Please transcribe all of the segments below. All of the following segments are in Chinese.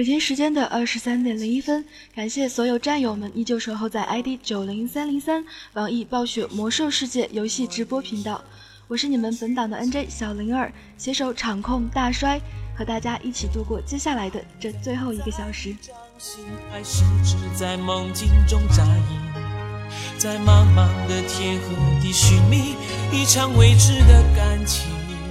北京时间的23:01，感谢所有战友们依旧守候在 ID 90303网易暴雪魔兽世界游戏直播频道，我是你们本档的 NJ 小灵儿，携手场控大衰，和大家一起度过接下来的这最后1个小时。 还是只在梦境中扎营，在茫茫的天河地寻觅一场未知的感情。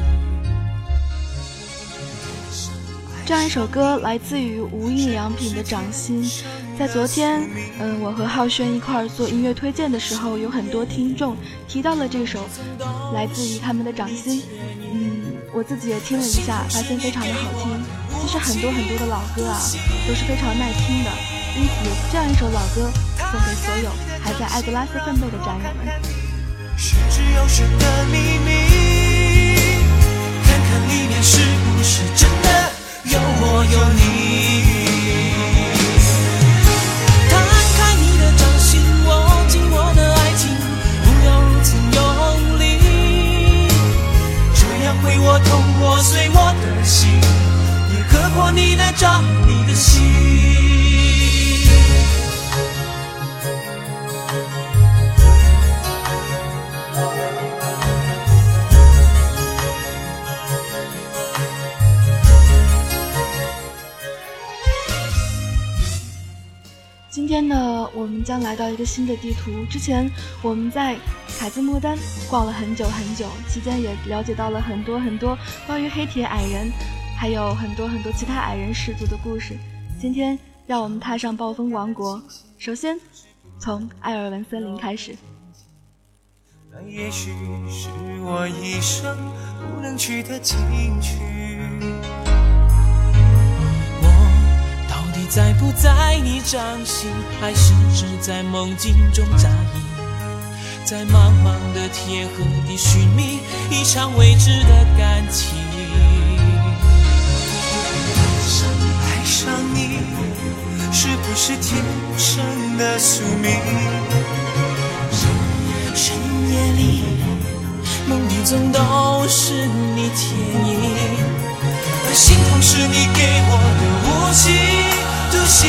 这样一首歌来自于无印良品的掌心。在昨天我和浩轩一块做音乐推荐的时候，有很多听众提到了这首来自于他们的掌心。我自己也听了一下，发现非常的好听。其实很多的老歌啊都是非常耐听的，因此这样一首老歌送给所有还在艾格拉斯奋斗的战友们。 是只有神的秘密，看看里面是不是真的有我有你。摊开你的掌心，握紧我的爱情，不要如此用力，这样会我痛破碎我的心，也割破你的掌，你的心。 今天呢，我们将来到一个新的地图。之前我们在卡兹莫丹逛了很久，期间也了解到了很多关于黑铁矮人，还有很多其他矮人氏族的故事。今天让我们踏上暴风王国，首先从艾尔文森林开始。 那也许是我一生不能去的禁区，在不在你掌心，还是只在梦境中扎营，在茫茫的天河地寻觅一场未知的感情。爱上你是不是天生的宿命？深夜里梦里总都是你倩影，而心痛是你给我的武器。独行，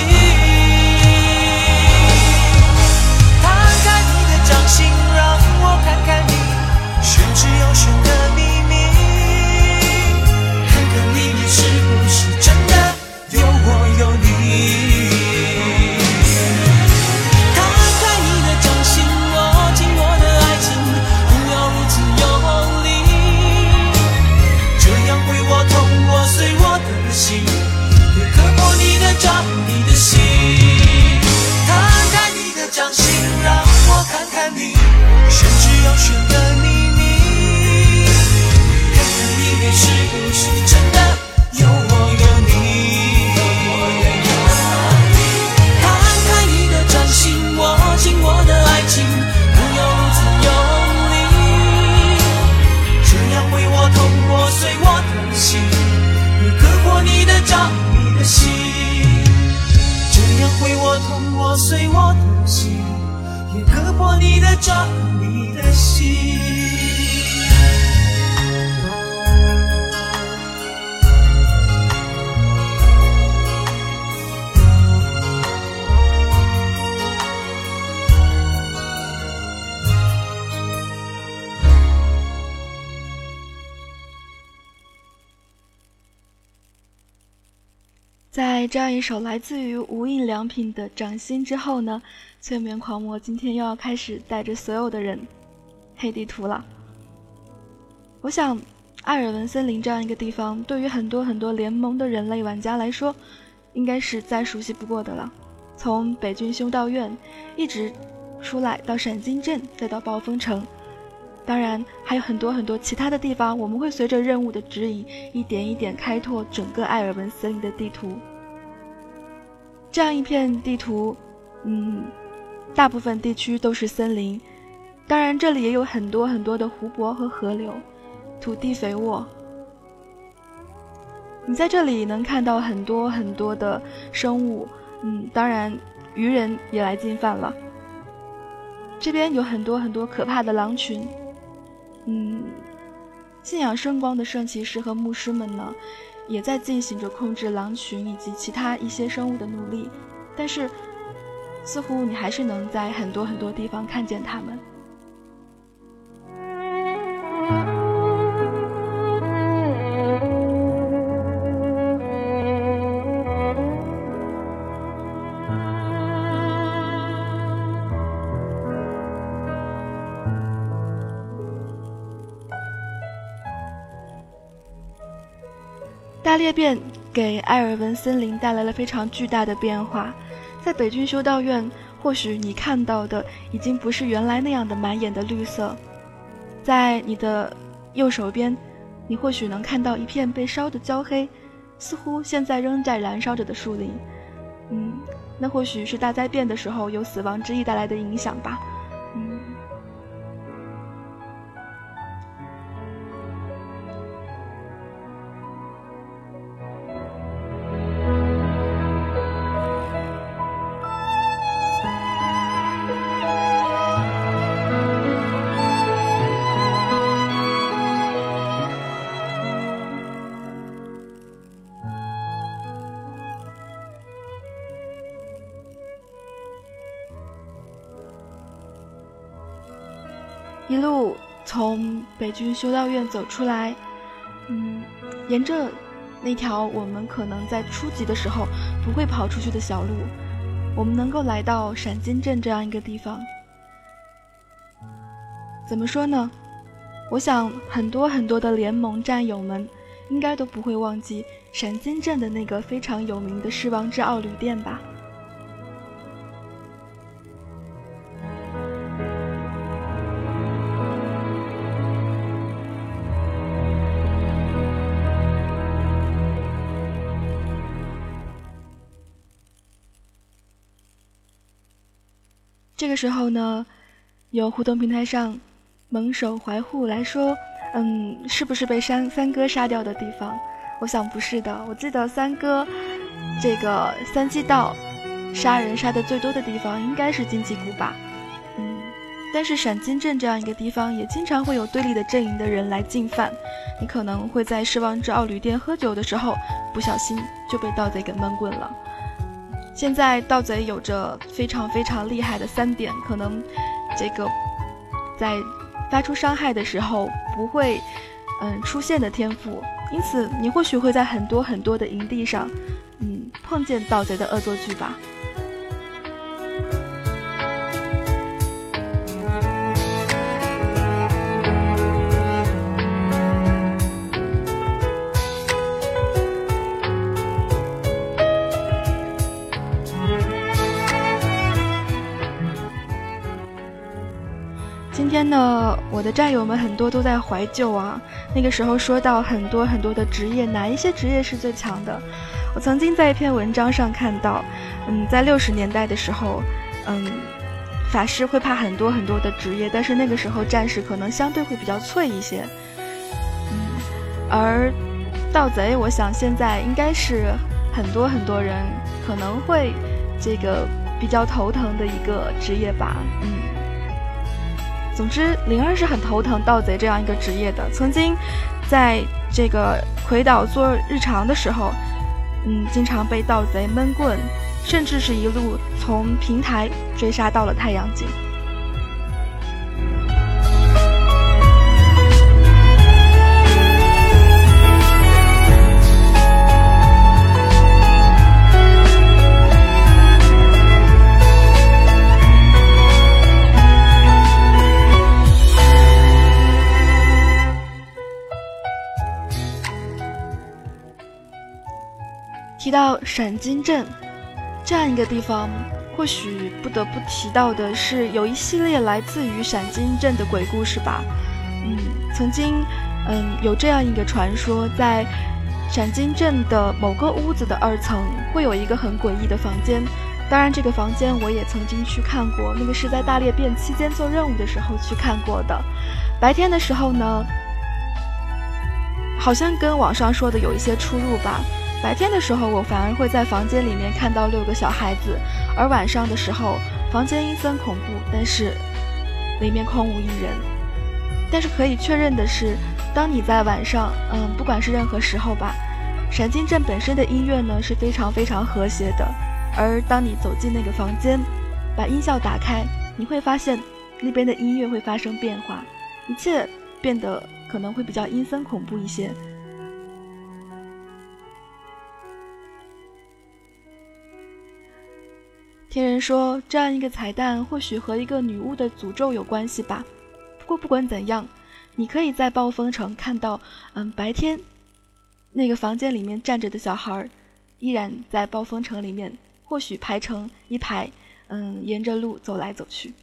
摊开你的掌心，让我看看你玄之又玄的秘密，看看里面是不是真的有我有你。摊开你的掌心，握紧我的爱情，不要如此用力，这样会我痛破碎我的心，也割破你的掌，你的心。摊开你的掌心，让我看看你玄之又玄的秘密，看看里面是不是真的有我有你。摊开你的掌心，握紧我的爱情，不要如此用力，这样会我痛破碎我的心，也割破你的掌，你的心，这样会我痛破碎我的心，也割破你的掌，你的心。 在这样一首来自于无印良品的掌心之后呢，催眠狂魔今天又要开始带着所有的人黑地图了。我想艾尔文森林这样一个地方，对于很多联盟的人类玩家来说，应该是再熟悉不过的了。从北军修道院一直出来到闪金镇，再到暴风城，当然还有很多其他的地方，我们会随着任务的指引一点一点开拓整个艾尔文森林的地图。这样一片地图大部分地区都是森林，当然这里也有很多的湖泊和河流，土地肥沃。你在这里能看到很多的生物，当然鱼人也来进犯了。这边有很多可怕的狼群，信仰圣光的圣骑士和牧师们呢， 也在进行着控制狼群以及其他一些生物的努力，但是似乎你还是能在很多很多地方看见它们。大裂变给埃尔文森林带来了非常巨大的变化，在北军修道院，或许你看到的已经不是原来那样的满眼的绿色，在你的右手边，你或许能看到一片被烧得焦黑，似乎现在仍在燃烧着的树林。那或许是大灾变的时候有死亡之翼带来的影响吧。一路从北军修道院走出来，沿着那条我们可能在初级的时候不会跑出去的小路，我们能够来到闪金镇这样一个地方。怎么说呢？我想很多很多的联盟战友们应该都不会忘记闪金镇的那个非常有名的狮王之奥旅店吧。这个时候呢，有互动平台上蒙手怀护来说，是不是被三哥杀掉的地方？我想不是的，我记得三哥这个三季道杀人杀得最多的地方应该是荆棘谷吧。但是闪金镇这样一个地方也经常会有对立的阵营的人来进犯，你可能会在狮王之奥旅店喝酒的时候不小心就被盗贼给闷棍了。现在盗贼有着非常非常厉害的3点，可能这个在发出伤害的时候不会出现的天赋，因此你或许会在很多很多的营地上碰见盗贼的恶作剧吧。今天呢，我的战友们很多都在怀旧啊。那个时候说到很多很多的职业，哪一些职业是最强的？我曾经在一篇文章上看到，在60年代的时候，法师会怕很多很多的职业，但是那个时候战士可能相对会比较脆一些。而盗贼，我想现在应该是很多很多人可能会这个比较头疼的一个职业吧。总之02是很头疼盗贼这样一个职业的，曾经在这个魁岛做日常的时候，经常被盗贼闷棍，甚至是一路从平台追杀到了太阳井。提到闪金镇这样一个地方，或许不得不提到的是有一系列来自于闪金镇的鬼故事吧。曾经有这样一个传说，在闪金镇的某个屋子的2层会有一个很诡异的房间，当然这个房间我也曾经去看过，那个是在大裂变期间做任务的时候去看过的。白天的时候呢，好像跟网上说的有一些出入吧。白天的时候我反而会在房间里面看到6个小孩子，而晚上的时候房间阴森恐怖，但是里面空无一人。但是可以确认的是，当你在晚上不管是任何时候吧， 闪金镇本身的音乐呢是非常非常和谐的，而当你走进那个房间，把音效打开，你会发现那边的音乐会发生变化，一切变得可能会比较阴森恐怖一些。听人说这样一个彩蛋或许和一个女巫的诅咒有关系吧，不过不管怎样，你可以在暴风城看到白天那个房间里面站着的小孩依然在暴风城里面，或许排成一排沿着路走来走去。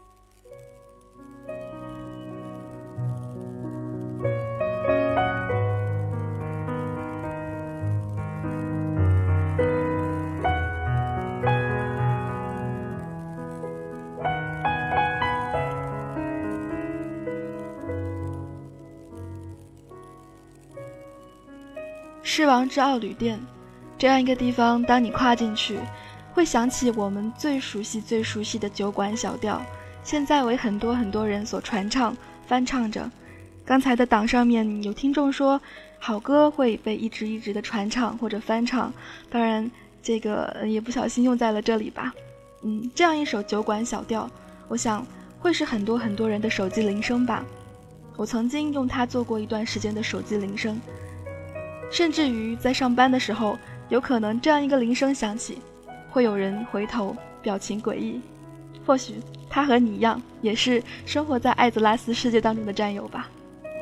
狮王之傲旅店这样一个地方，当你跨进去，会想起我们最熟悉的酒馆小调，现在为很多人所传唱翻唱着。刚才的档上面有听众说好歌会被一直的传唱或者翻唱，当然这个也不小心用在了这里吧。这样一首酒馆小调，我想会是很多人的手机铃声吧。我曾经用它做过一段时间的手机铃声，甚至于在上班的时候，有可能这样一个铃声响起，会有人回头，表情诡异。或许他和你一样，也是生活在艾泽拉斯世界当中的战友吧。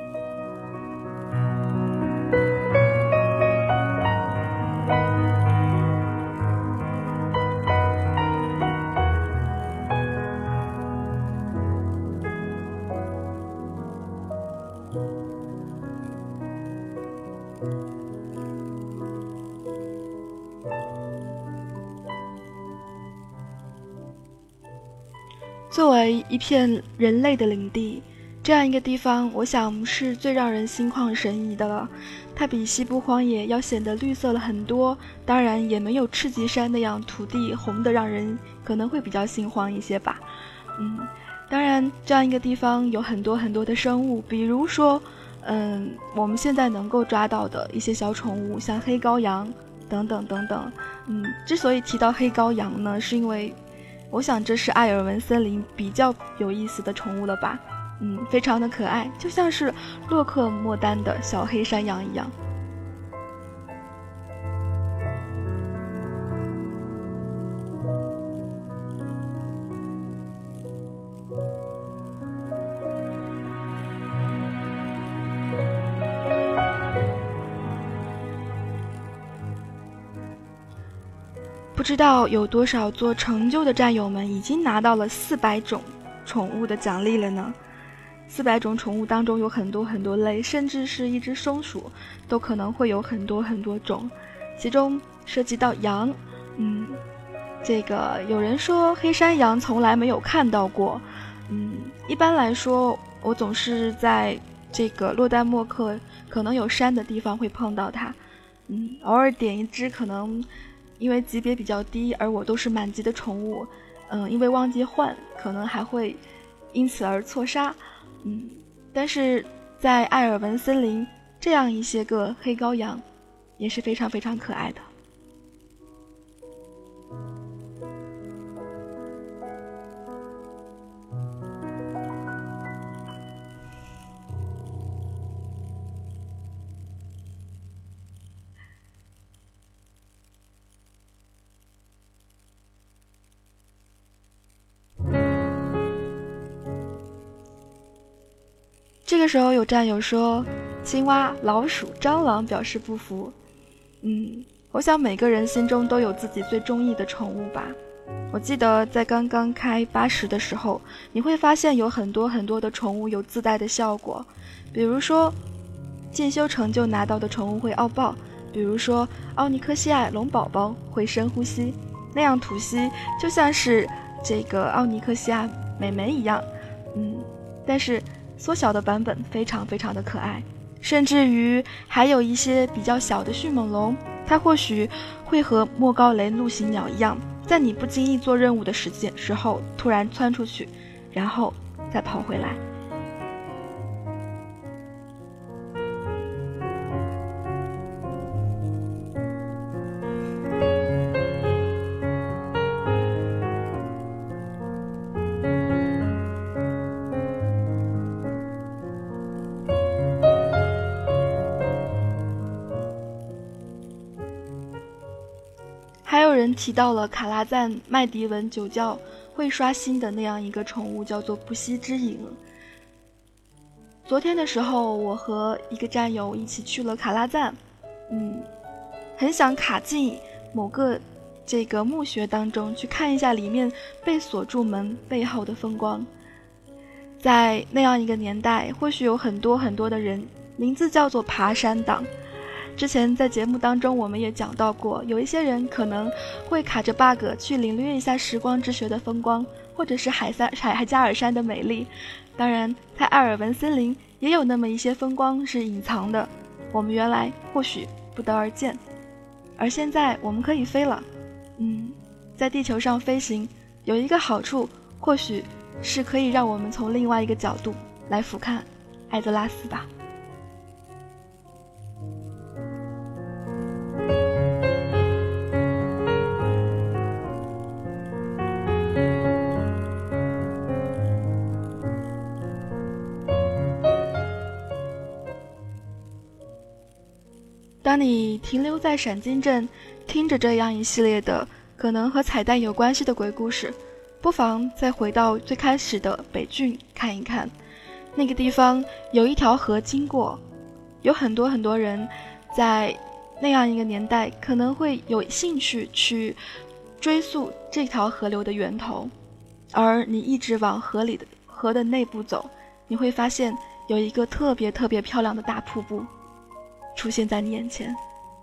作为一片人类的领地，这样一个地方，我想是最让人心旷神怡的了。它比西部荒野要显得绿色了很多，当然也没有赤棘山那样土地红的让人可能会比较心慌一些吧。当然这样一个地方有很多的生物，比如说我们现在能够抓到的一些小宠物，像黑羔羊等等。之所以提到黑羔羊呢，是因为我想这是艾尔文森林比较有意思的宠物了吧。非常的可爱，就像是洛克莫丹的小黑山羊一样。不知道有多少做成就的战友们已经拿到了400种宠物的奖励了呢？400种宠物当中有很多类，甚至是一只松鼠都可能会有很多种，其中涉及到羊。这个有人说黑山羊从来没有看到过。一般来说我总是在这个洛丹莫克可能有山的地方会碰到它。偶尔点一只，可能因为级别比较低，而我都是满级的宠物，因为忘记换，可能还会因此而错杀。但是在艾尔文森林，这样一些个黑羔羊也是非常可爱的。这个时候有战友说青蛙、老鼠、蟑螂表示不服。我想每个人心中都有自己最中意的宠物吧。我记得在刚刚开80的时候，你会发现有很多的宠物有自带的效果，比如说进修成就拿到的宠物会傲抱，比如说奥尼克西亚龙宝宝会深呼吸，那样吐息就像是这个奥尼克西亚美眉一样。但是缩小的版本非常的可爱，甚至于还有一些比较小的迅猛龙，它或许会和莫高雷陆行鸟一样，在你不经意做任务的时候突然窜出去，然后再跑回来。 人提到了卡拉赞麦迪文酒窖会刷新的那样一个宠物，叫做不息之影。昨天的时候，我和一个战友一起去了卡拉赞，很想卡进某个这个墓穴当中去看一下里面被锁住门背后的风光。在那样一个年代，或许有很多很多的人，名字叫做爬山党。之前在节目当中我们也讲到过，有一些人可能会卡着 bug 去领略一下时光之穴的风光，或者是海加尔山的美丽。当然在艾尔文森林也有那么一些风光是隐藏的，我们原来或许不得而见。而现在我们可以飞了，在地球上飞行有一个好处，或许是可以让我们从另外一个角度来俯瞰艾泽拉斯吧。当你停留在闪金镇，听着这样一系列的可能和彩蛋有关系的鬼故事，不妨再回到最开始的北郡看一看。那个地方有一条河经过，有很多很多人在那样一个年代可能会有兴趣去追溯这条河流的源头。而你一直往河的内部走，你会发现有一个特别特别漂亮的大瀑布出现在你眼前。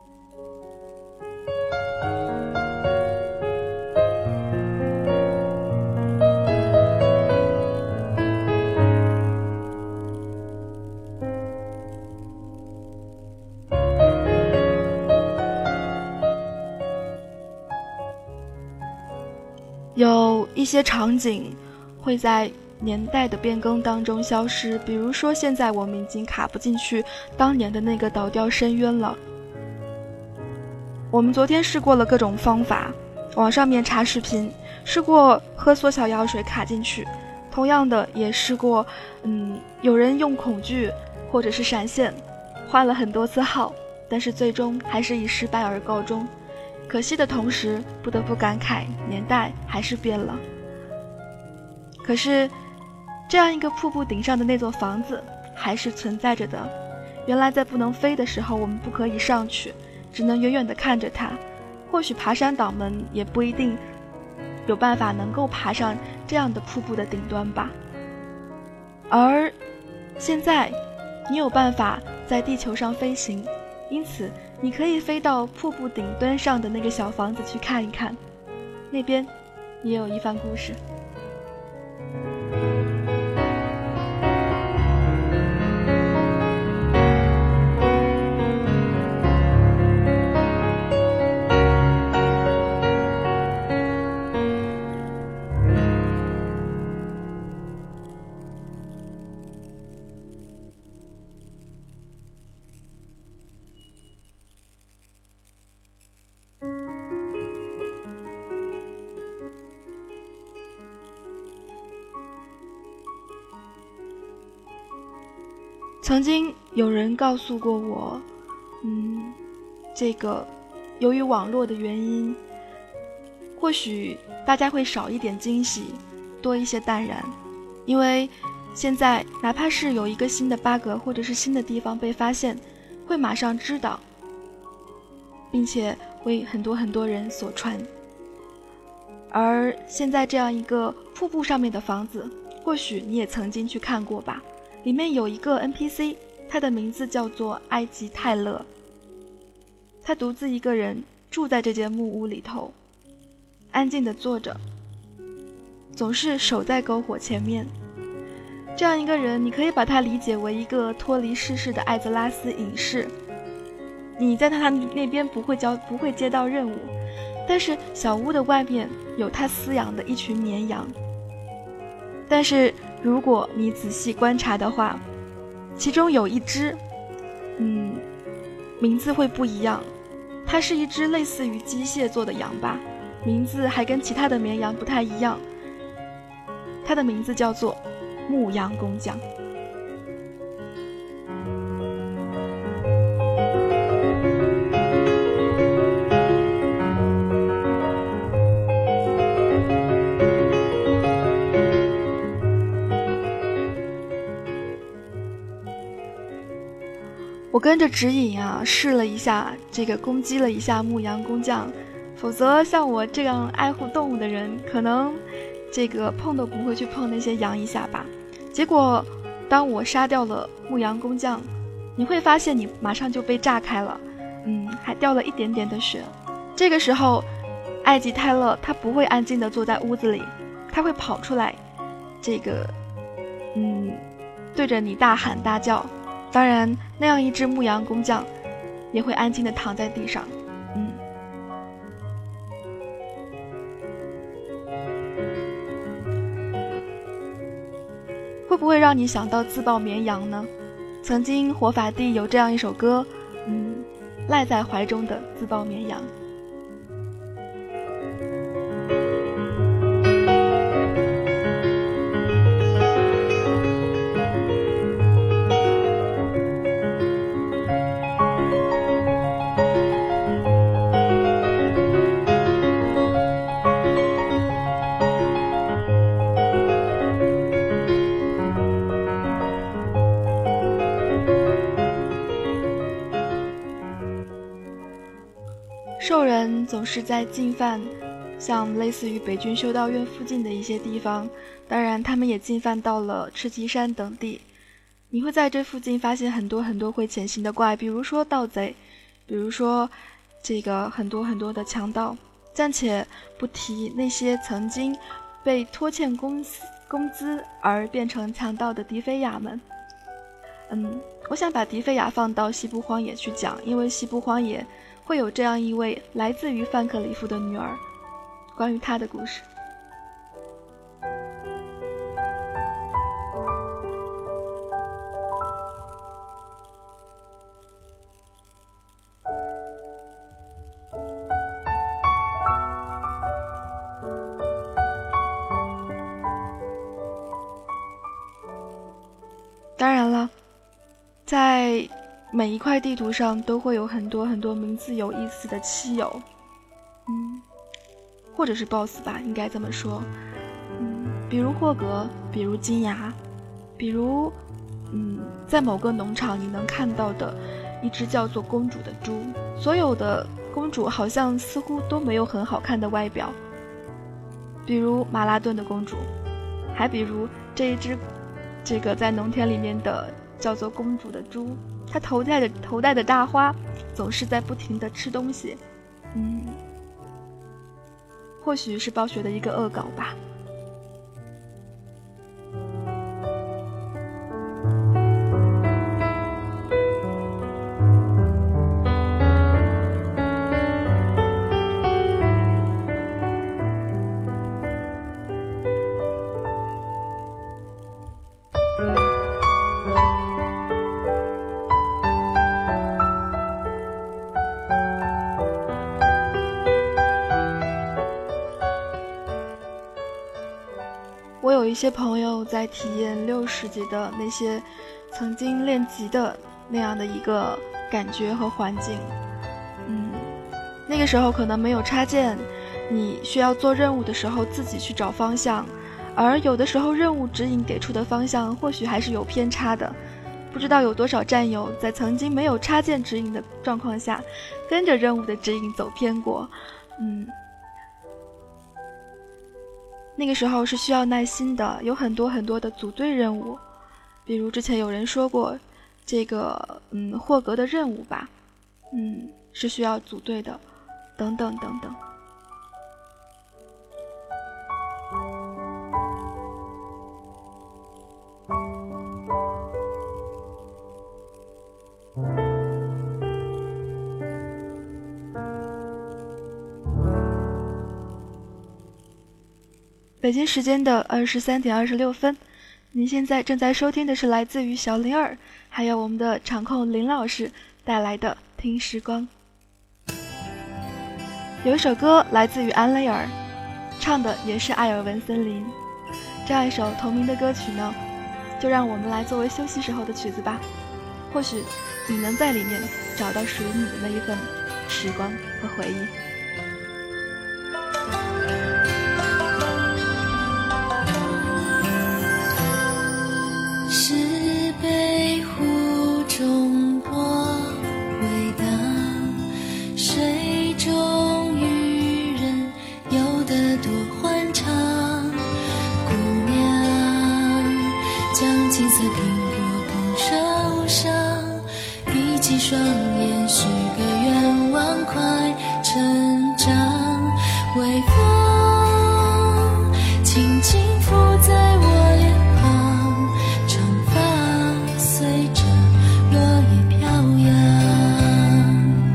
有一些场景会在年代的变更当中消失，比如说现在我们已经卡不进去当年的那个倒吊深渊了。我们昨天试过了各种方法，网上面查视频，试过喝缩小药水卡进去，同样的也试过有人用恐惧或者是闪现，换了很多次号，但是最终还是以失败而告终。可惜的同时，不得不感慨年代还是变了。可是这样一个瀑布顶上的那座房子还是存在着的。原来在不能飞的时候，我们不可以上去，只能远远地看着它。或许爬山党们也不一定有办法能够爬上这样的瀑布的顶端吧。而现在你有办法在地球上飞行，因此你可以飞到瀑布顶端上的那个小房子去看一看，那边也有一番故事。曾经有人告诉过我，这个由于网络的原因，或许大家会少一点惊喜，多一些淡然。因为现在哪怕是有一个新的 bug 或者是新的地方被发现，会马上知道，并且为很多很多人所传。而现在这样一个瀑布上面的房子，或许你也曾经去看过吧，里面有一个 NPC， 他的名字叫做埃及泰勒。他独自一个人住在这间木屋里头，安静地坐着，总是守在篝火前面。这样一个人，你可以把他理解为一个脱离世事的艾泽拉斯隐士。你在他那边不会接到任务，但是小屋的外面有他饲养的一群绵羊。但是如果你仔细观察的话，其中有一只名字会不一样，它是一只类似于机械做的羊吧，名字还跟其他的绵羊不太一样，它的名字叫做牧羊工匠。 我跟着指引啊试了一下，攻击了一下牧羊工匠，否则像我这样爱护动物的人，可能碰都不会去碰那些羊一下吧。结果当我杀掉了牧羊工匠，你会发现你马上就被炸开了，还掉了一点点的血。这个时候艾吉泰勒他不会安静地坐在屋子里，他会跑出来，对着你大喊大叫。当然那样一只牧羊工匠也会安静地躺在地上。会不会让你想到自爆绵羊呢？曾经活法地有这样一首歌，赖在怀中的自爆绵羊。兽人总是在进犯像类似于北军修道院附近的一些地方，当然他们也进犯到了赤旗山等地。你会在这附近发现很多很多会潜行的怪，比如说盗贼，比如说很多很多的强盗，暂且不提那些曾经被拖欠工资而变成强盗的迪菲亚们。我想把迪菲亚放到西部荒野去讲，因为西部荒野会有这样一位来自于范克里夫的女儿，关于她的故事。当然了，在每一块地图上都会有很多很多名字有意思的稀有，或者是 BOSS 吧，应该这么说。比如霍格，比如金牙，比如在某个农场你能看到的一只叫做公主的猪。所有的公主好像似乎都没有很好看的外表，比如马拉顿的公主，还比如这一只在农田里面的叫做公主的猪，她头戴的大花总是在不停地吃东西。或许是暴雪的一个恶搞吧。我有一些朋友在体验6世纪的那些曾经练级的那样的一个感觉和环境。那个时候可能没有插件，你需要做任务的时候自己去找方向，而有的时候任务指引给出的方向或许还是有偏差的。不知道有多少战友在曾经没有插件指引的状况下，跟着任务的指引走偏过。那个时候是需要耐心的，有很多很多的组队任务，比如之前有人说过霍格的任务吧，是需要组队的，等等等等。北京时间的23点26分，您现在正在收听的是来自于小灵儿还有我们的场控林老师带来的听时光。有一首歌来自于安雷尔，唱的也是艾尔文森林。这样一首同名的歌曲呢，就让我们来作为休息时候的曲子吧。或许你能在里面找到属于你的那一份时光和回忆。 是被湖中波双眼，许个愿望，快成长。微风轻轻拂在我脸庞，长发随着落叶飘扬。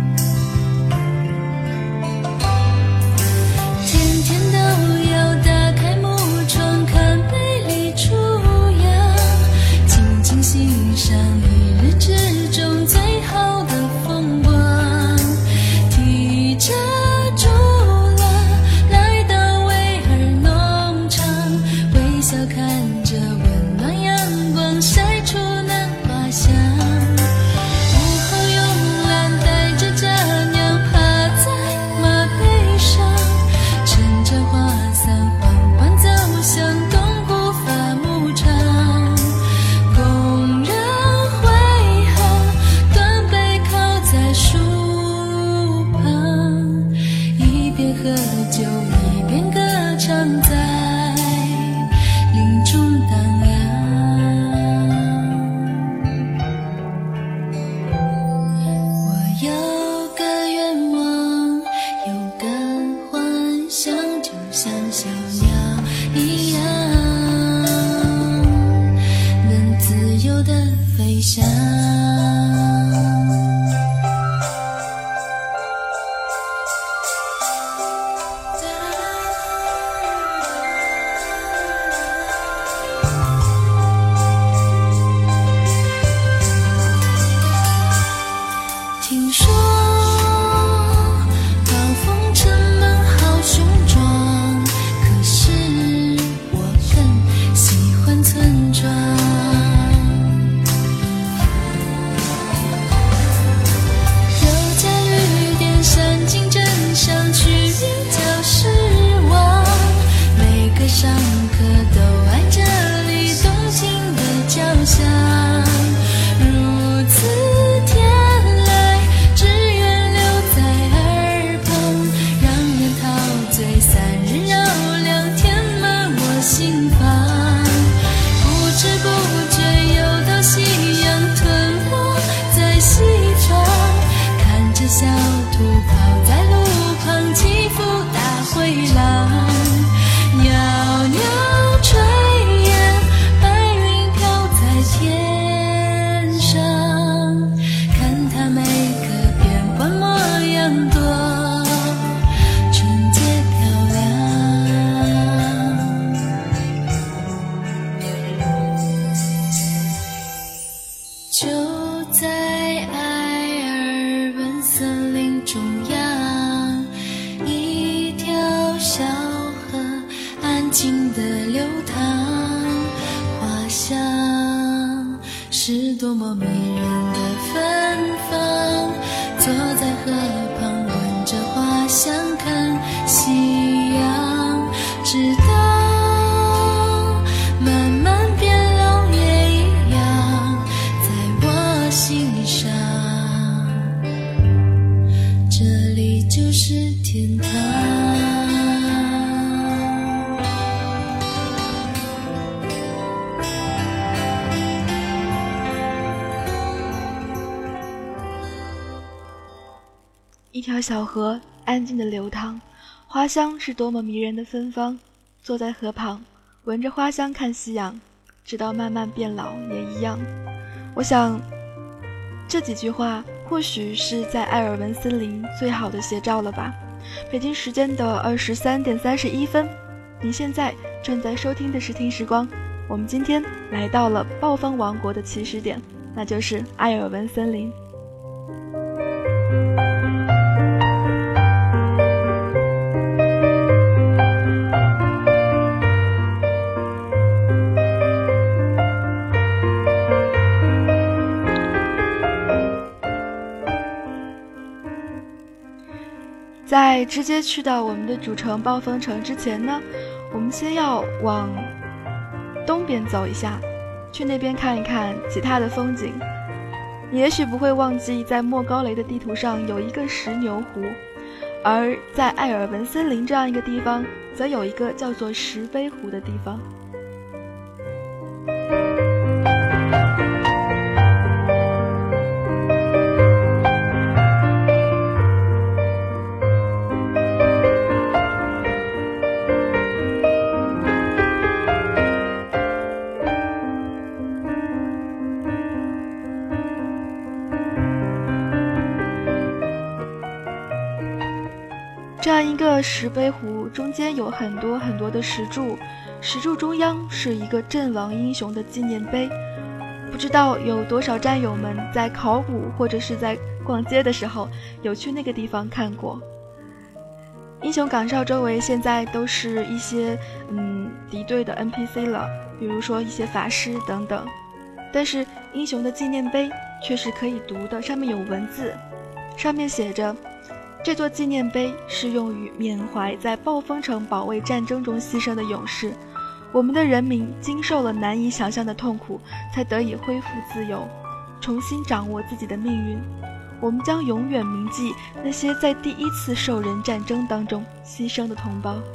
天天都要打开木窗，看美丽初阳，静静欣赏一日之中最好的风光。提着竹篮来到威尔农场，微笑看着温暖阳光晒出那花香。午后慵懒带着家娘趴在马背上，乘着花伞缓缓走向东古伐木场。工人会后端杯靠在树旁，一边喝酒一边歌唱在林中荡漾。我有个愿望，有个幻想，就像小鸟一样，能自由地飞翔。听说暴风城门好雄壮，可是我更喜欢村庄。有家旅店闪进镇上，取名叫失望。每个上课都爱这里动情的交响，如此天来只愿留在耳旁，让人陶醉3日绕梁，填满我心房。不知不觉游到夕阳，吞没在西窗，看着小兔跑在路旁，起伏大回廊。袅袅炊烟，白云飘在天上，看它每个变换模样多纯洁漂亮。就在埃尔文森林中央，一条小河安静地流淌，花香是多么迷人的芬芳。坐在河旁闻着花香看夕阳，直到慢慢变老也一样在我心上。这里就是天堂。 一条小河安静的流淌，花香是多么迷人的芬芳。坐在河旁闻着花香看夕阳，直到慢慢变老也一样。我想这几句话或许是在埃尔文森林最好的写照了吧。北京时间的23点31分，你现在正在收听的是听时光。我们今天来到了暴风王国的起始点，那就是埃尔文森林。在直接去到我们的主城暴风城之前呢，我们先要往东边走一下，去那边看一看其他的风景。你也许不会忘记，在莫高雷的地图上有一个石牛湖，而在埃尔文森林这样一个地方，则有一个叫做石碑湖的地方。 这样一个石碑湖，中间有很多很多的石柱，石柱中央是一个阵亡英雄的纪念碑。不知道有多少战友们在考古或者是在逛街的时候有去那个地方看过。英雄岗哨周围现在都是一些敌对的 NPC 了，比如说一些法师等等，但是英雄的纪念碑却是可以读的，上面有文字，上面写着这座纪念碑是用于缅怀在暴风城保卫战争中牺牲的勇士，我们的人民经受了难以想象的痛苦，才得以恢复自由，重新掌握自己的命运。我们将永远铭记那些在第一次兽人战争当中牺牲的同胞。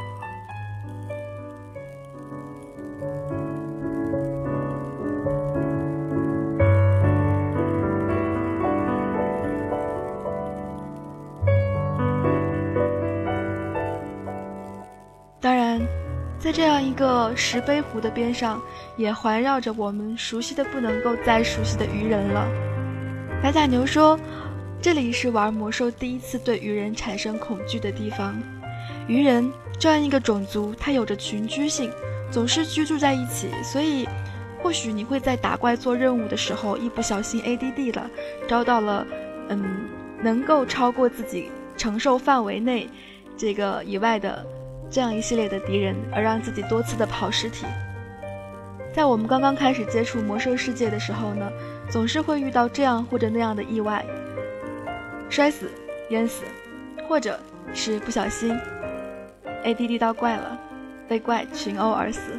当然，在这样一个石碑湖的边上，也环绕着我们熟悉的不能够再熟悉的鱼人了。白甲牛说，这里是玩魔兽第一次对鱼人产生恐惧的地方。鱼人这样一个种族，它有着群居性，总是居住在一起，所以或许你会在打怪做任务的时候一不小心 ADD 了，招到了能够超过自己承受范围内这个以外的这样一系列的敌人，而让自己多次的跑尸体。在我们刚刚开始接触魔兽世界的时候呢，总是会遇到这样或者那样的意外，摔死、淹死，或者是不小心 ADD 到怪了，被怪群殴而死。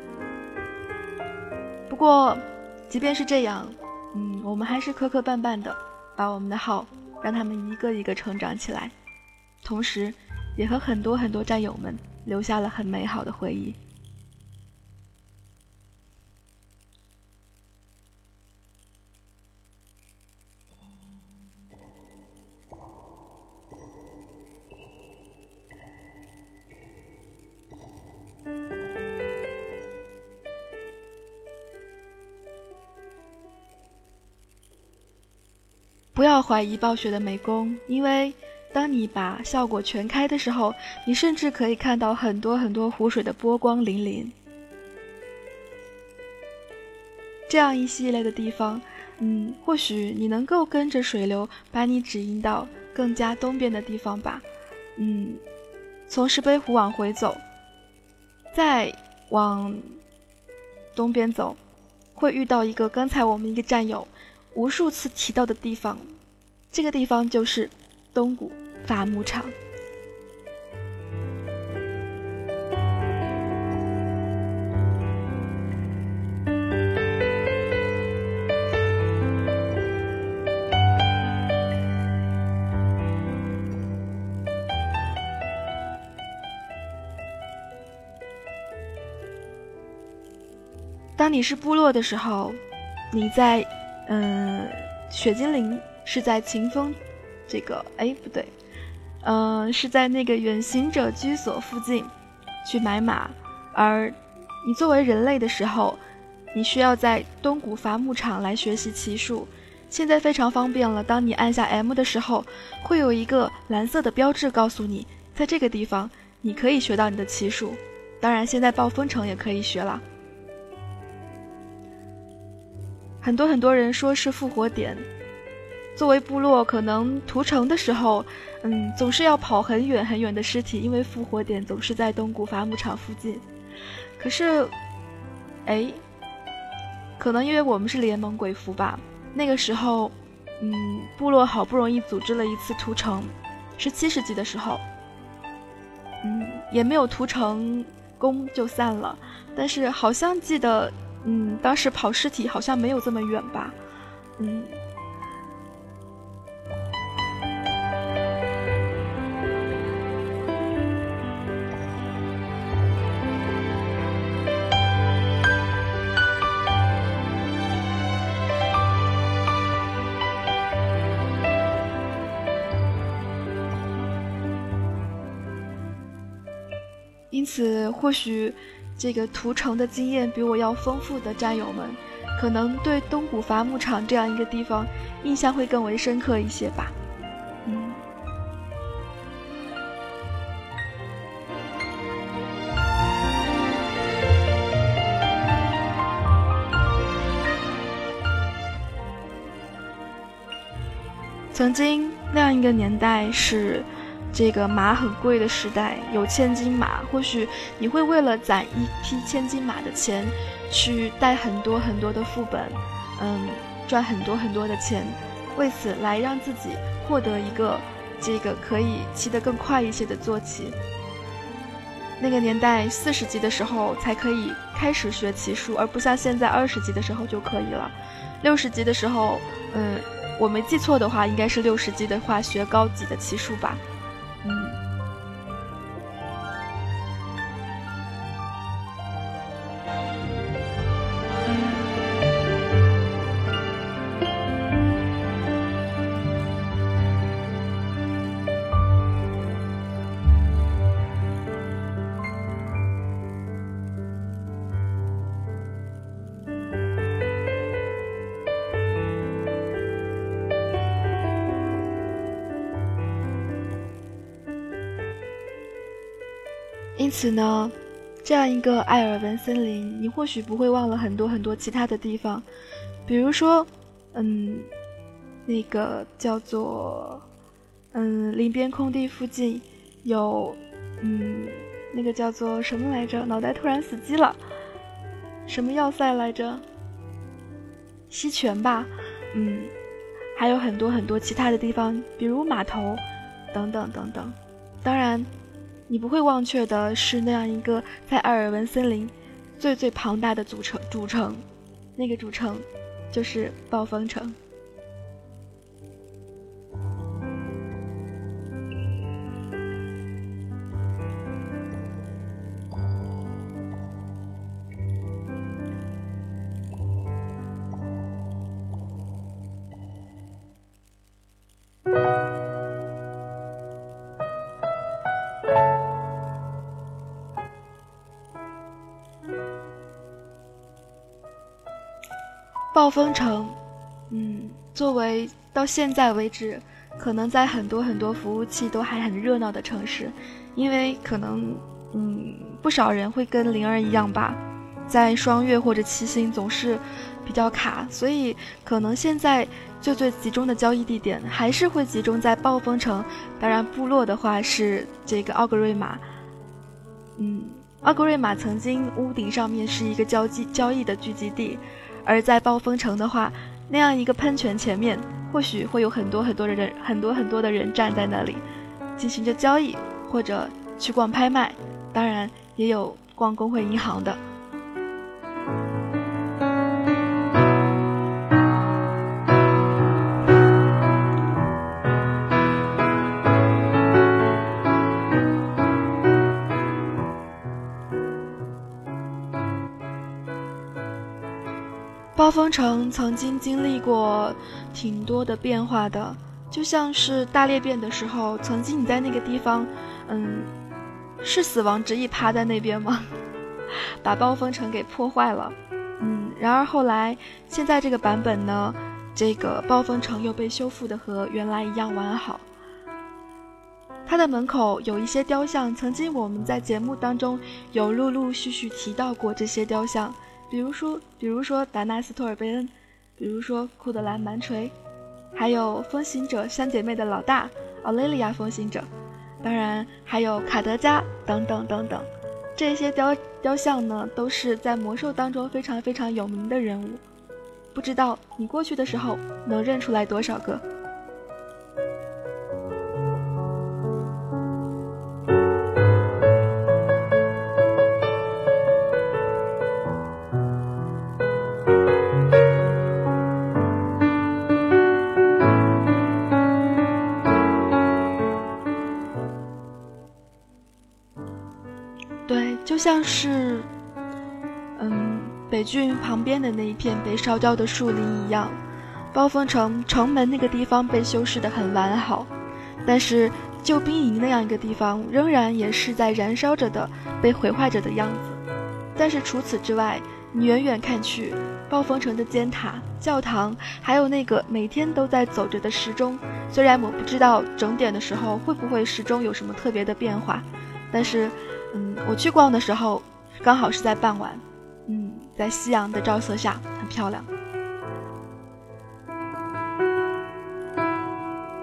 不过即便是这样，我们还是磕磕绊绊的把我们的号让他们一个一个成长起来，同时也和很多很多战友们留下了很美好的回忆。不要怀疑暴雪的美工，因为当你把效果全开的时候，你甚至可以看到很多很多湖水的波光粼粼。这样一系列的地方，或许你能够跟着水流把你指引到更加东边的地方吧。从石碑湖往回走，再往东边走，会遇到一个刚才我们一个战友无数次提到的地方，这个地方就是东谷伐木场。当你是部落的时候，你在雪精灵是在秦风这个不对，是在那个远行者居所附近去买马，而你作为人类的时候，你需要在东谷伐木场来学习骑术。现在非常方便了，当你按下 M 的时候，会有一个蓝色的标志告诉你，在这个地方你可以学到你的骑术。当然现在暴风城也可以学了。很多人说是复活点，作为部落可能屠城的时候总是要跑很远很远的尸体，因为复活点总是在东谷伐木场附近。可是可能因为我们是联盟鬼服吧，那个时候部落好不容易组织了一次屠城，是70级的时候，也没有屠成功就散了，但是好像记得当时跑尸体好像没有这么远吧。因此或许这个屠城的经验比我要丰富的战友们，可能对东谷伐木场这样一个地方印象会更为深刻一些吧。 曾经那样一个年代是这个马很贵的时代，有千金马，或许你会为了攒一匹千金马的钱去贷很多很多的副本，赚很多很多的钱，为此来让自己获得一个这个可以骑得更快一些的坐骑。那个年代40级的时候才可以开始学骑术，而不像现在20级的时候就可以了。60级的时候，我没记错的话，应该是60级的话学高级的骑术吧。因此呢，这样一个艾尔文森林，你或许不会忘了很多很多其他的地方，比如说，那个叫做，林边空地附近有，那个叫做什么来着？脑袋突然死机了，什么要塞来着？西泉吧，还有很多很多其他的地方，比如码头，等等等等。当然，你不会忘却的是那样一个在艾尔文森林最最庞大的主城，那个主城就是暴风城。暴风城，作为到现在为止，可能在很多很多服务器都还很热闹的城市，因为可能，不少人会跟灵儿一样吧，在双月或者七星总是比较卡，所以可能现在最最集中的交易地点还是会集中在暴风城。当然，部落的话是这个奥格瑞玛，奥格瑞玛曾经屋顶上面是一个交易的聚集地。而在暴风城的话，那样一个喷泉前面，或许会有很多很多的人站在那里，进行着交易，或者去逛拍卖，当然也有逛工会银行的。暴风城曾经经历过挺多的变化的，就像是大裂变的时候，曾经你在那个地方，是死亡之翼趴在那边吗？把暴风城给破坏了。然而后来，现在这个版本呢，这个暴风城又被修复的和原来一样完好。它的门口有一些雕像，曾经我们在节目当中有陆陆续续提到过这些雕像。比如说达纳斯托尔贝恩，比如说库德兰蛮锤，还有风行者三姐妹的老大奥雷利亚风行者，当然还有卡德加等等等等。这些雕像呢，都是在魔兽当中非常非常有名的人物，不知道你过去的时候能认出来多少个。对，就像是北郡旁边的那一片被烧掉的树林一样，暴风城城门那个地方被修饰得很完好，但是救兵营那样一个地方仍然也是在燃烧着的，被毁坏着的样子。但是除此之外，你远远看去，暴风城的尖塔、教堂，还有那个每天都在走着的时钟，虽然我不知道整点的时候会不会时钟有什么特别的变化，但是我去逛的时候刚好是在傍晚，在夕阳的照射下很漂亮。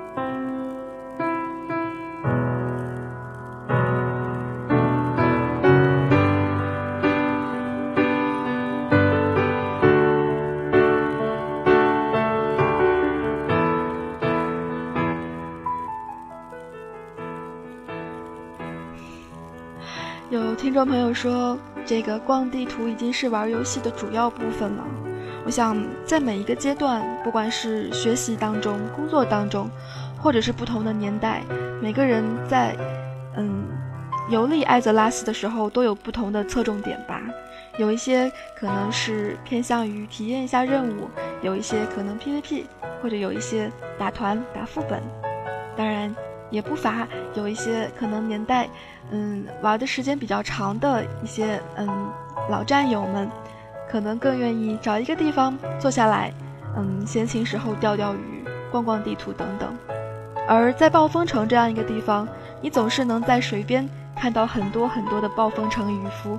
听众朋友说，这个逛地图已经是玩游戏的主要部分了。我想在每一个阶段，不管是学习当中、工作当中，或者是不同的年代，每个人在游历艾泽拉斯的时候都有不同的侧重点吧。有一些可能是偏向于体验一下任务，有一些可能 PVP， 或者有一些打团打副本。当然也不乏有一些可能年代玩的时间比较长的一些老战友们，可能更愿意找一个地方坐下来闲情时候钓钓鱼，逛逛地图等等。而在暴风城这样一个地方，你总是能在水边看到很多很多的暴风城渔夫。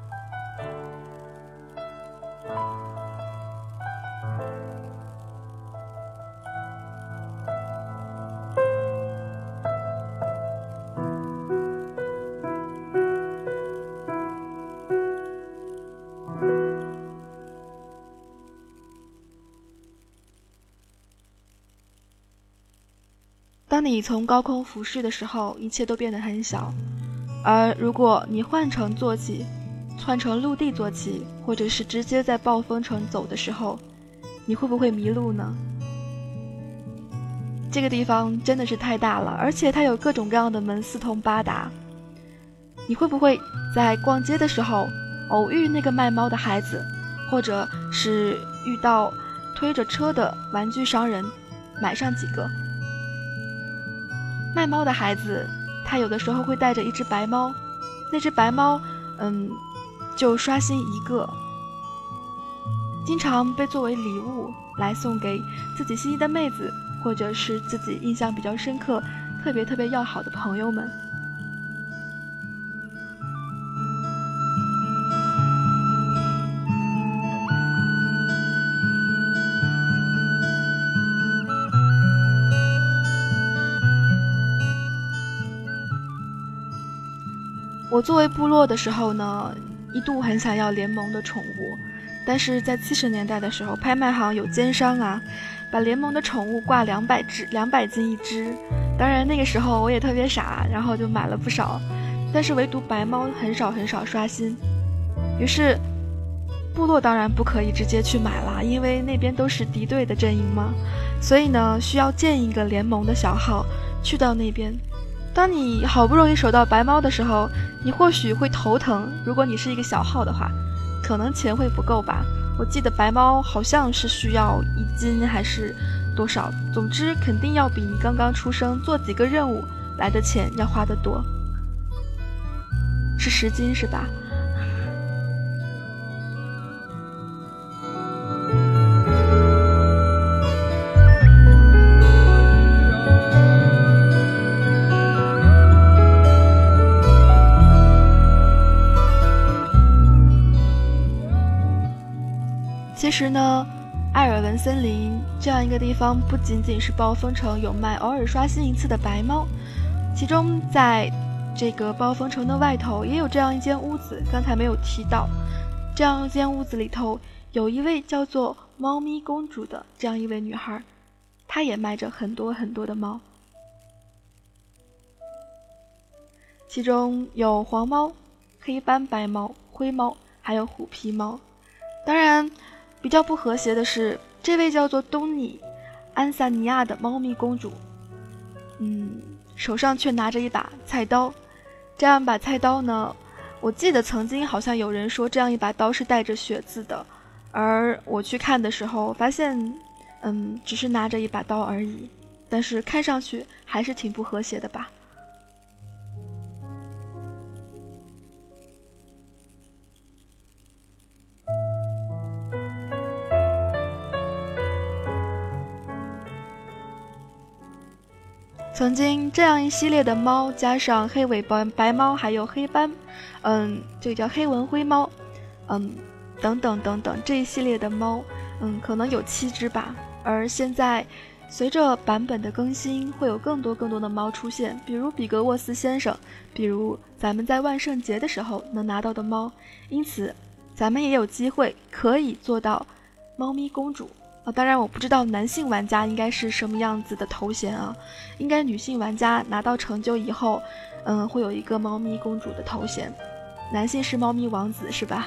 当你从高空俯视的时候，一切都变得很小。而如果你换成陆地坐骑，或者是直接在暴风城走的时候，你会不会迷路呢？这个地方真的是太大了，而且它有各种各样的门，四通八达。你会不会在逛街的时候偶遇那个卖猫的孩子，或者是遇到推着车的玩具商人，买上几个？卖猫的孩子，他有的时候会带着一只白猫，那只白猫就刷新一个，经常被作为礼物来送给自己心仪的妹子，或者是自己印象比较深刻特别要好的朋友们。我作为部落的时候呢，一度很想要联盟的宠物，但是在70年代的时候，拍卖行有奸商啊，把联盟的宠物挂200斤一只。当然那个时候我也特别傻，然后就买了不少，但是唯独白猫很少刷新。于是部落当然不可以直接去买了，因为那边都是敌对的阵营嘛，所以呢需要建一个联盟的小号去到那边。当你好不容易守到白猫的时候，你或许会头疼，如果你是一个小号的话，可能钱会不够吧。我记得白猫好像是需要1斤还是多少，总之肯定要比你刚刚出生做几个任务来的钱要花得多。是10斤是吧？其实呢，艾尔文森林这样一个地方不仅仅是暴风城有卖偶尔刷新一次的白猫，其中在这个暴风城的外头也有这样一间屋子，刚才没有提到。这样一间屋子里头有一位叫做猫咪公主的这样一位女孩，她也卖着很多很多的猫，其中有黄猫、黑斑白猫、灰猫，还有虎皮猫。当然比较不和谐的是，这位叫做东尼安萨尼亚的猫咪公主手上却拿着一把菜刀。这样一把菜刀呢，我记得曾经好像有人说这样一把刀是带着血字的，而我去看的时候发现只是拿着一把刀而已，但是看上去还是挺不和谐的吧。曾经这样一系列的猫，加上黑尾白猫，还有黑斑，这个叫黑纹灰猫，等等等等，这一系列的猫，可能有7只吧。而现在随着版本的更新，会有更多的猫出现，比如比格沃斯先生，比如咱们在万圣节的时候能拿到的猫，因此咱们也有机会可以做到猫咪公主。当然我不知道男性玩家应该是什么样子的头衔啊，应该女性玩家拿到成就以后会有一个猫咪公主的头衔。 男性是猫咪王子是吧？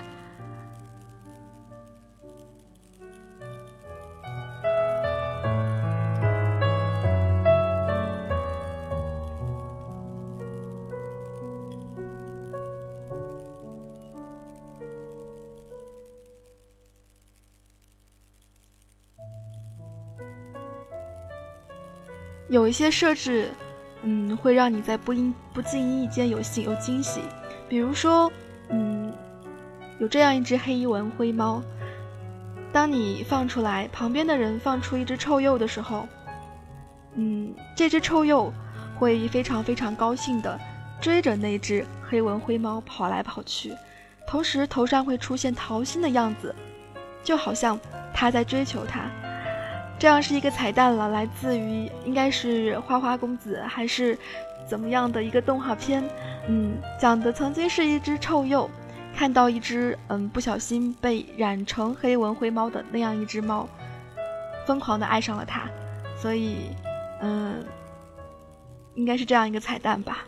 有一些设置会让你在不经意间有惊喜，比如说有这样一只黑衣纹灰猫，当你放出来，旁边的人放出一只臭鼬的时候，这只臭鼬会非常非常高兴的追着那只黑纹灰猫跑来跑去，同时头上会出现桃心的样子，就好像他在追求它。这样是一个彩蛋了，来自于应该是花花公子还是怎么样的一个动画片，讲的曾经是一只臭鼬看到一只不小心被染成黑纹灰猫的那样一只猫，疯狂的爱上了它，所以应该是这样一个彩蛋吧。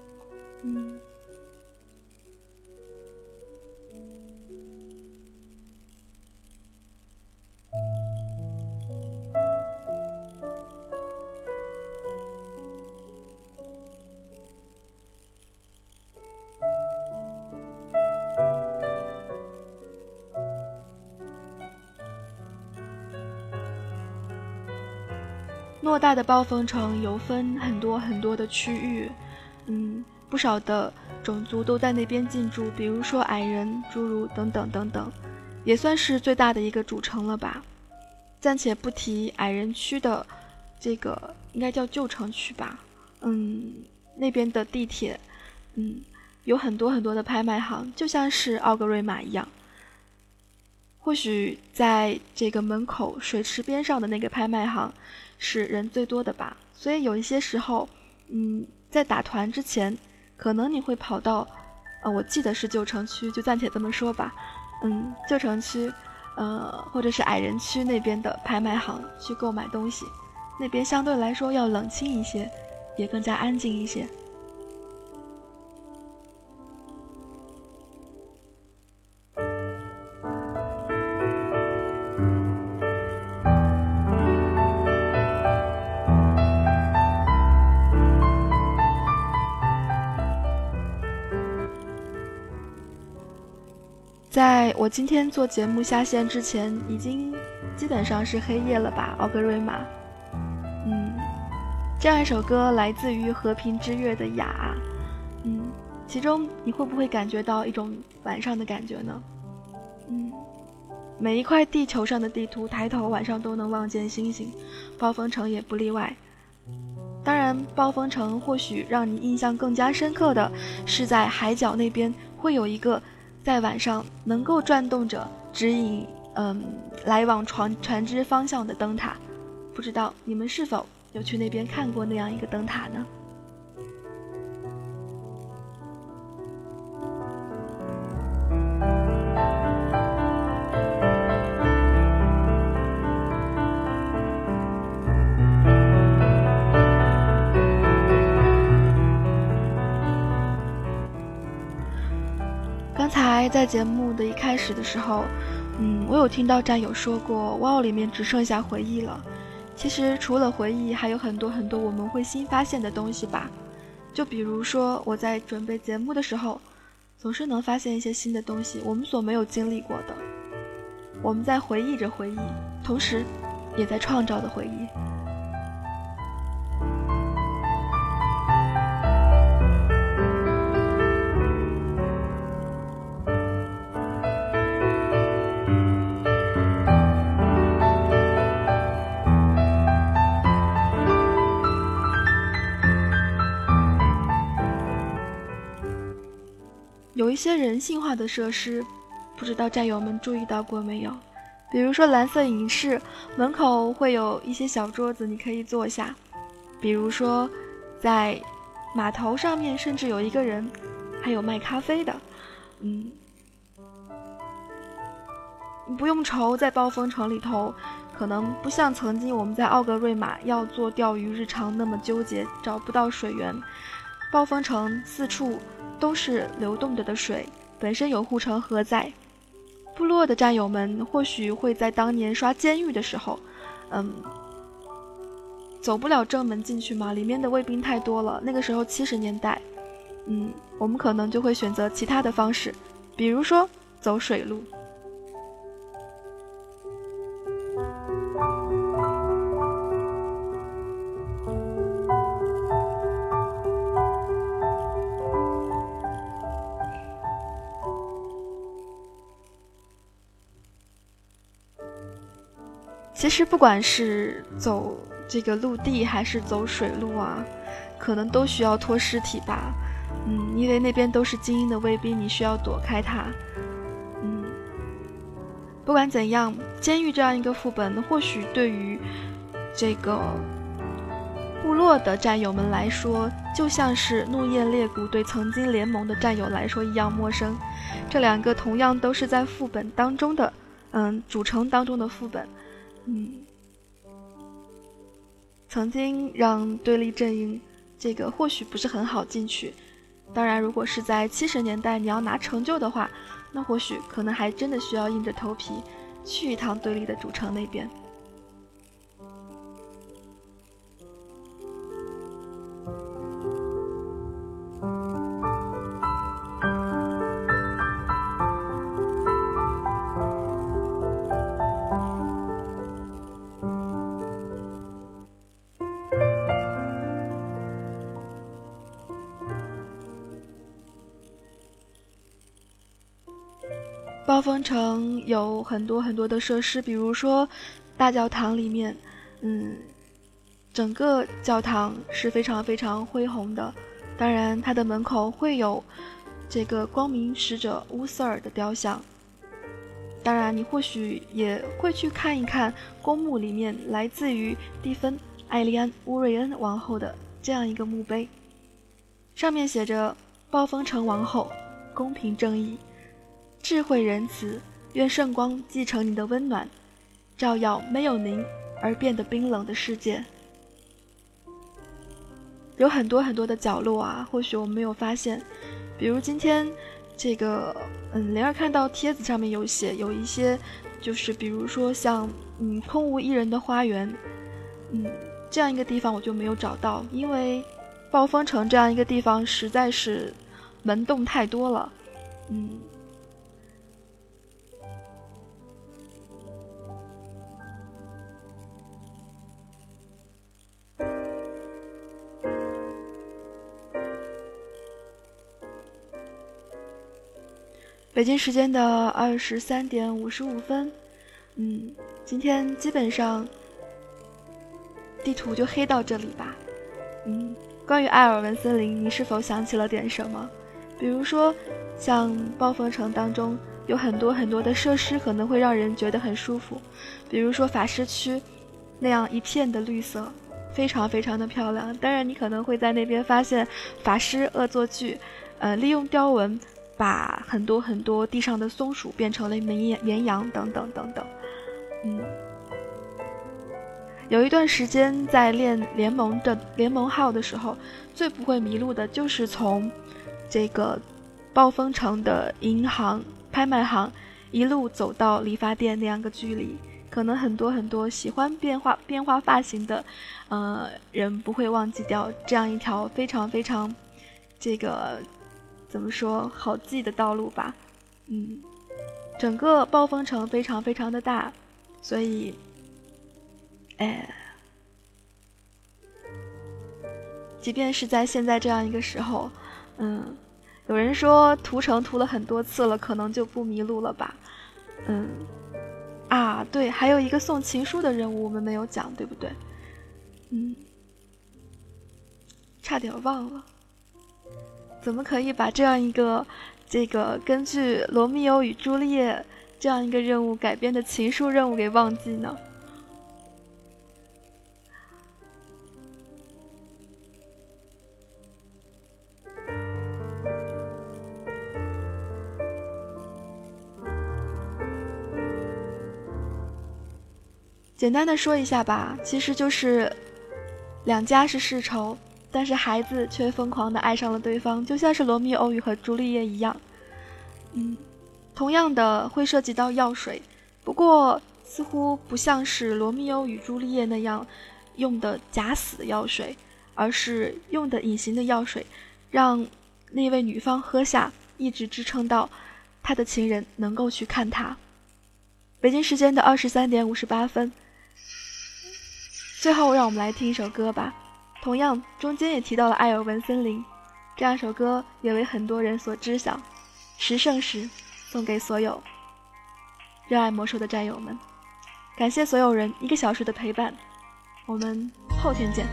偌大的暴风城有分很多很多的区域，不少的种族都在那边进驻，比如说矮人、侏儒等等等等，也算是最大的一个主城了吧。暂且不提矮人区的这个应该叫旧城区吧，那边的地铁，有很多很多的拍卖行，就像是奥格瑞玛一样。或许在这个门口水池边上的那个拍卖行是人最多的吧，所以有一些时候在打团之前，可能你会跑到我记得是旧城区，就暂且这么说吧，旧城区或者是矮人区那边的拍卖行去购买东西，那边相对来说要冷清一些，也更加安静一些。在我今天做节目下线之前，已经基本上是黑夜了吧，奥格瑞玛。这样一首歌来自于和平之月的雅，其中你会不会感觉到一种晚上的感觉呢？每一块地球上的地图抬头晚上都能望见星星，暴风城也不例外。当然，暴风城或许让你印象更加深刻的是在海角那边会有一个在晚上能够转动着指引来往船只方向的灯塔，不知道你们是否有去那边看过那样一个灯塔呢？刚才在节目的一开始的时候，我有听到战友说过哇，里面只剩下回忆了。其实除了回忆，还有很多很多我们会新发现的东西吧。就比如说我在准备节目的时候，总是能发现一些新的东西，我们所没有经历过的。我们在回忆着回忆，同时也在创造着回忆。有一些人性化的设施，不知道战友们注意到过没有？比如说蓝色影视门口会有一些小桌子，你可以坐下。比如说在码头上面甚至有一个人，还有卖咖啡的。你不用愁在暴风城里头，可能不像曾经我们在奥格瑞玛要做钓鱼日常那么纠结，找不到水源。暴风城四处都是流动着的水， 本身有护城河在，部落的战友们或许会在当年刷监狱的时候，走不了正门进去嘛，里面的卫兵太多了。那个时候70年代，我们可能就会选择其他的方式，比如说走水路。其实不管是走这个陆地还是走水路啊，可能都需要拖尸体吧。因为那边都是精英的卫兵，你需要躲开它。不管怎样，监狱这样一个副本，或许对于这个部落的战友们来说，就像是怒焰裂谷对曾经联盟的战友来说一样陌生。这两个同样都是在副本当中的，主城当中的副本。曾经让对立阵营这个或许不是很好进去，当然如果是在70年代你要拿成就的话，那或许可能还真的需要硬着头皮去一趟对立的主城那边。暴风城有很多很多的设施，比如说大教堂里面，整个教堂是非常非常恢宏的。当然它的门口会有这个光明使者乌瑟尔的雕像。当然你或许也会去看一看公墓里面来自于蒂芬艾利安乌瑞恩王后的这样一个墓碑，上面写着暴风城王后，公平正义，智慧仁慈，愿圣光继承你的温暖，照耀没有您而变得冰冷的世界。有很多很多的角落啊，或许我们没有发现，比如今天这个灵儿看到帖子上面有写，有一些就是比如说像空无一人的花园，这样一个地方我就没有找到，因为暴风城这样一个地方实在是门洞太多了。北京时间的23点55分，今天基本上地图就黑到这里吧。关于艾尔文森林，你是否想起了点什么？比如说像暴风城当中有很多很多的设施可能会让人觉得很舒服，比如说法师区那样一片的绿色，非常非常的漂亮。当然你可能会在那边发现法师恶作剧，利用雕纹把很多很多地上的松鼠变成了绵羊等等等等。有一段时间在练联盟号的时候，最不会迷路的就是从这个暴风城的银行拍卖行一路走到理发店那样个距离，可能很多很多喜欢变化发型的人不会忘记掉这样一条非常非常这个怎么说好记的道路吧。整个暴风城非常非常的大，所以即便是在现在这样一个时候，有人说屠城屠了很多次了，可能就不迷路了吧。对，还有一个送情书的任务我们没有讲，对不对？差点忘了，怎么可以把这样一个根据罗密欧与朱丽叶这样一个任务改编的情书任务给忘记呢？简单的说一下吧，其实就是两家是世仇，但是孩子却疯狂的爱上了对方，就像是罗密欧与和朱丽叶一样。 同样的会涉及到药水，不过似乎不像是罗密欧与朱丽叶那样用的假死药水，而是用的隐形的药水，让那位女方喝下，一直支撑到他的情人能够去看他。北京时间的23点58分，最后让我们来听一首歌吧。同样中间也提到了艾尔文森林，这样一首歌也为很多人所知晓。十圣时送给所有热爱魔兽的战友们，感谢所有人1个小时的陪伴，我们后天见。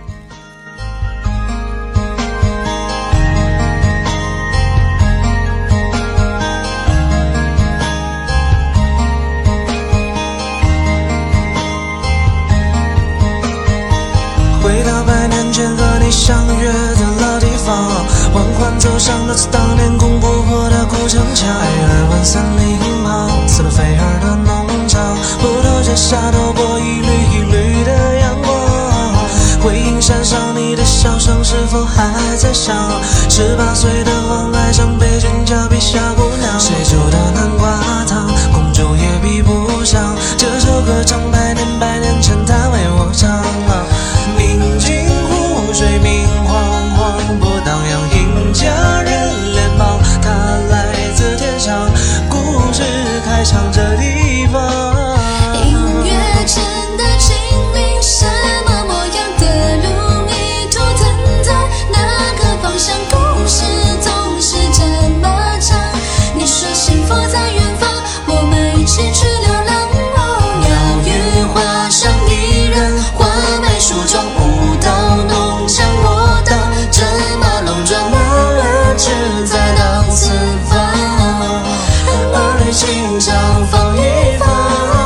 回到100年前和你相约的老地方，缓缓走上那次当年攻破破的古城墙。艾尔文森林旁，斯洛菲尔的农场，葡萄架下透过一缕一缕的阳光。回音闪上，你的笑声是否还在响？18岁的我爱上被俊俏笔下姑娘，谁煮的南瓜汤，公主也比不上。这首歌唱100年，100年前她为我唱。宁静湖水明晃晃，不荡漾一家人脸庞。他来自天上，故事开场这地方。 音乐前的精灵，什么模样的路，意图存在哪个方向？故事总是这么长。你说幸福在远方，我们一起去流浪。鸟语花香一人，花美梳妆，舞蹈弄强我当，这么隆重，我们只在当四方，儿女情长放一放。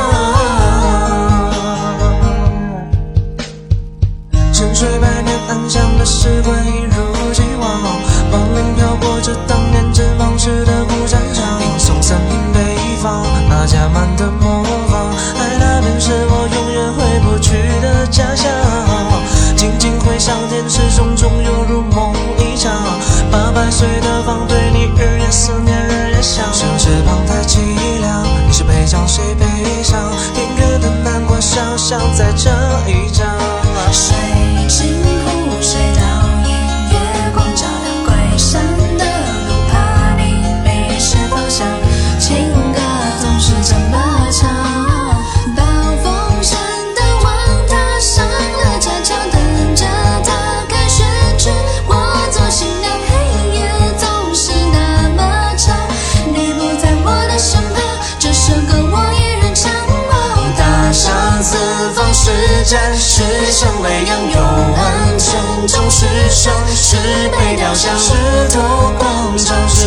沉睡100年，安详的时光一如既往，亡灵飘过这当年真往事的古战场。迎送3平北方，那加满的模仿，爱那便是我永远回不去的家乡。静静回想，电视种种犹如梦一场。800岁的房对你日夜思念，日夜想。生翅膀太凄凉，你是悲伤谁悲伤？天歌的南瓜小巷在这一张。 水晶湖水倒映，月光照亮归山的路，怕你迷失方向。情歌总是这么长，暴风山的网塔上了架桥，等着他开选区，我做新娘。黑夜总是那么长，你不在我的身旁，这首歌我依然唱。 大山四方是战，是生为阳，幽暗沉重是生，是被雕像，石头广场是